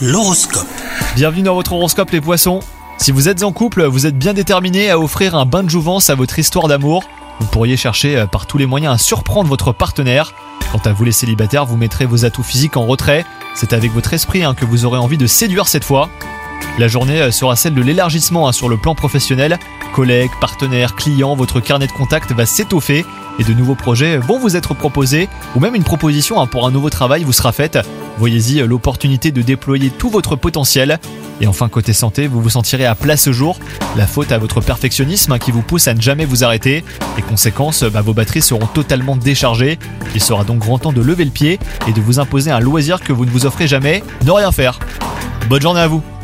L'horoscope. Bienvenue dans votre horoscope les poissons. Si vous êtes en couple, vous êtes bien déterminé à offrir un bain de jouvence à votre histoire d'amour. Vous pourriez chercher par tous les moyens à surprendre votre partenaire. Quant à vous les célibataires, vous mettrez vos atouts physiques en retrait. C'est avec votre esprit que vous aurez envie de séduire cette fois. La journée sera celle de l'élargissement sur le plan professionnel. Collègues, partenaires, clients, votre carnet de contact va s'étoffer et de nouveaux projets vont vous être proposés ou même une proposition pour un nouveau travail vous sera faite. Voyez-y l'opportunité de déployer tout votre potentiel. Et enfin côté santé, vous vous sentirez à plat ce jour. La faute à votre perfectionnisme qui vous pousse à ne jamais vous arrêter. Et conséquence, vos batteries seront totalement déchargées. Il sera donc grand temps de lever le pied et de vous imposer un loisir que vous ne vous offrez jamais, ne rien faire. Bonne journée à vous.